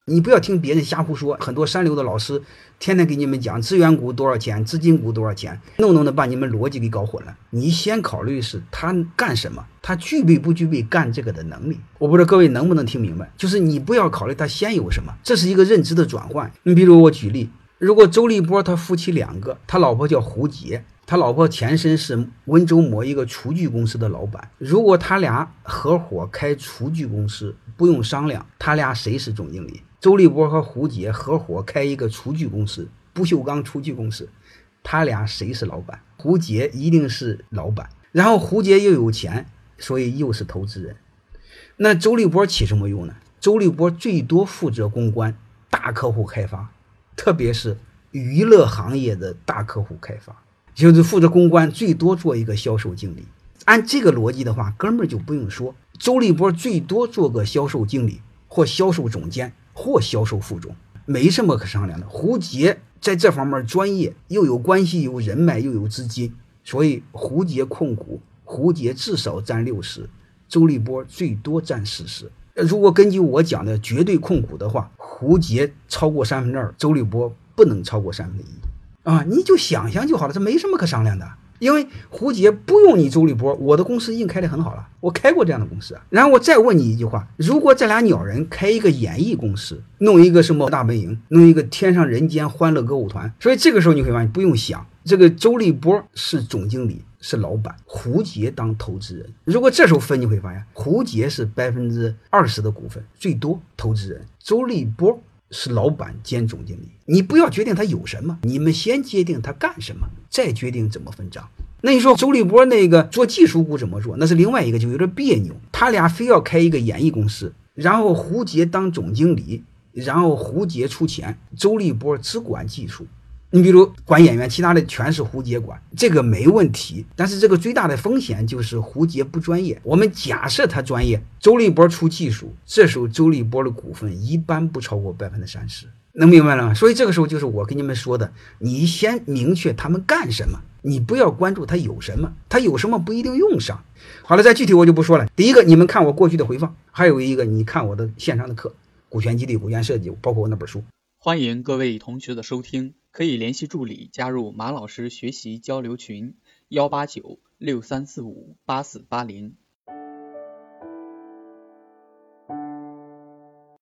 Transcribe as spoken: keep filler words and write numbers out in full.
你不要听别人瞎胡说，很多三流的老师天天给你们讲资源股多少钱，资金股多少钱，弄弄的把你们逻辑给搞混了。你先考虑是他干什么，他具备不具备干这个的能力。我不知道各位能不能听明白，就是你不要考虑他先有什么，这是一个认知的转换。你比如我举例，如果周立波他夫妻两个，他老婆叫胡杰，他老婆前身是温州某一个厨具公司的老板，如果他俩合伙开厨具公司，不用商量，他俩谁是总经理？周立波和胡杰合伙开一个厨具公司，不锈钢厨具公司，他俩谁是老板？胡杰一定是老板，然后胡杰又有钱，所以又是投资人。那周立波起什么用呢？周立波最多负责公关、大客户开发，特别是娱乐行业的大客户开发，就是负责公关，最多做一个销售经理。按这个逻辑的话，哥们儿就不用说，周立波最多做个销售经理或销售总监或销售副总，没什么可商量的。胡杰在这方面专业，又有关系，有人脉，又有资金，所以胡杰控股，胡杰至少占六十，周立波最多占四十。如果根据我讲的绝对控股的话，胡杰超过三分之二，周立波不能超过三分之一啊！你就想象就好了，这没什么可商量的。因为胡杰不用你周立波，我的公司已经开得很好了，我开过这样的公司啊。然后我再问你一句话，如果这俩鸟人开一个演艺公司，弄一个什么大本营，弄一个天上人间欢乐歌舞团，所以这个时候你会发现不用想，这个周立波是总经理，是老板，胡杰当投资人。如果这时候分你会发现，胡杰是百分之二十的股份，最多投资人，周立波是老板兼总经理。你不要决定他有什么，你们先决定他干什么，再决定怎么分账。那你说周立波那个做技术股怎么做，那是另外一个，就有点别扭。他俩非要开一个演艺公司，然后胡杰当总经理，然后胡杰出钱，周立波只管技术。你比如管演员，其他的全是胡杰管，这个没问题。但是这个最大的风险就是胡杰不专业。我们假设他专业，周立波出技术，这时候周立波的股份一般不超过百分之三十，能明白了吗？所以这个时候就是我跟你们说的，你先明确他们干什么，你不要关注他有什么，他有什么不一定用上。好了，再具体我就不说了。第一个，你们看我过去的回放，还有一个你看我的线上的课，股权激励、股权设计，包括我那本书。 欢迎各位同学的收听，可以联系助理加入马老师学习交流群幺八九六三四五八四八零。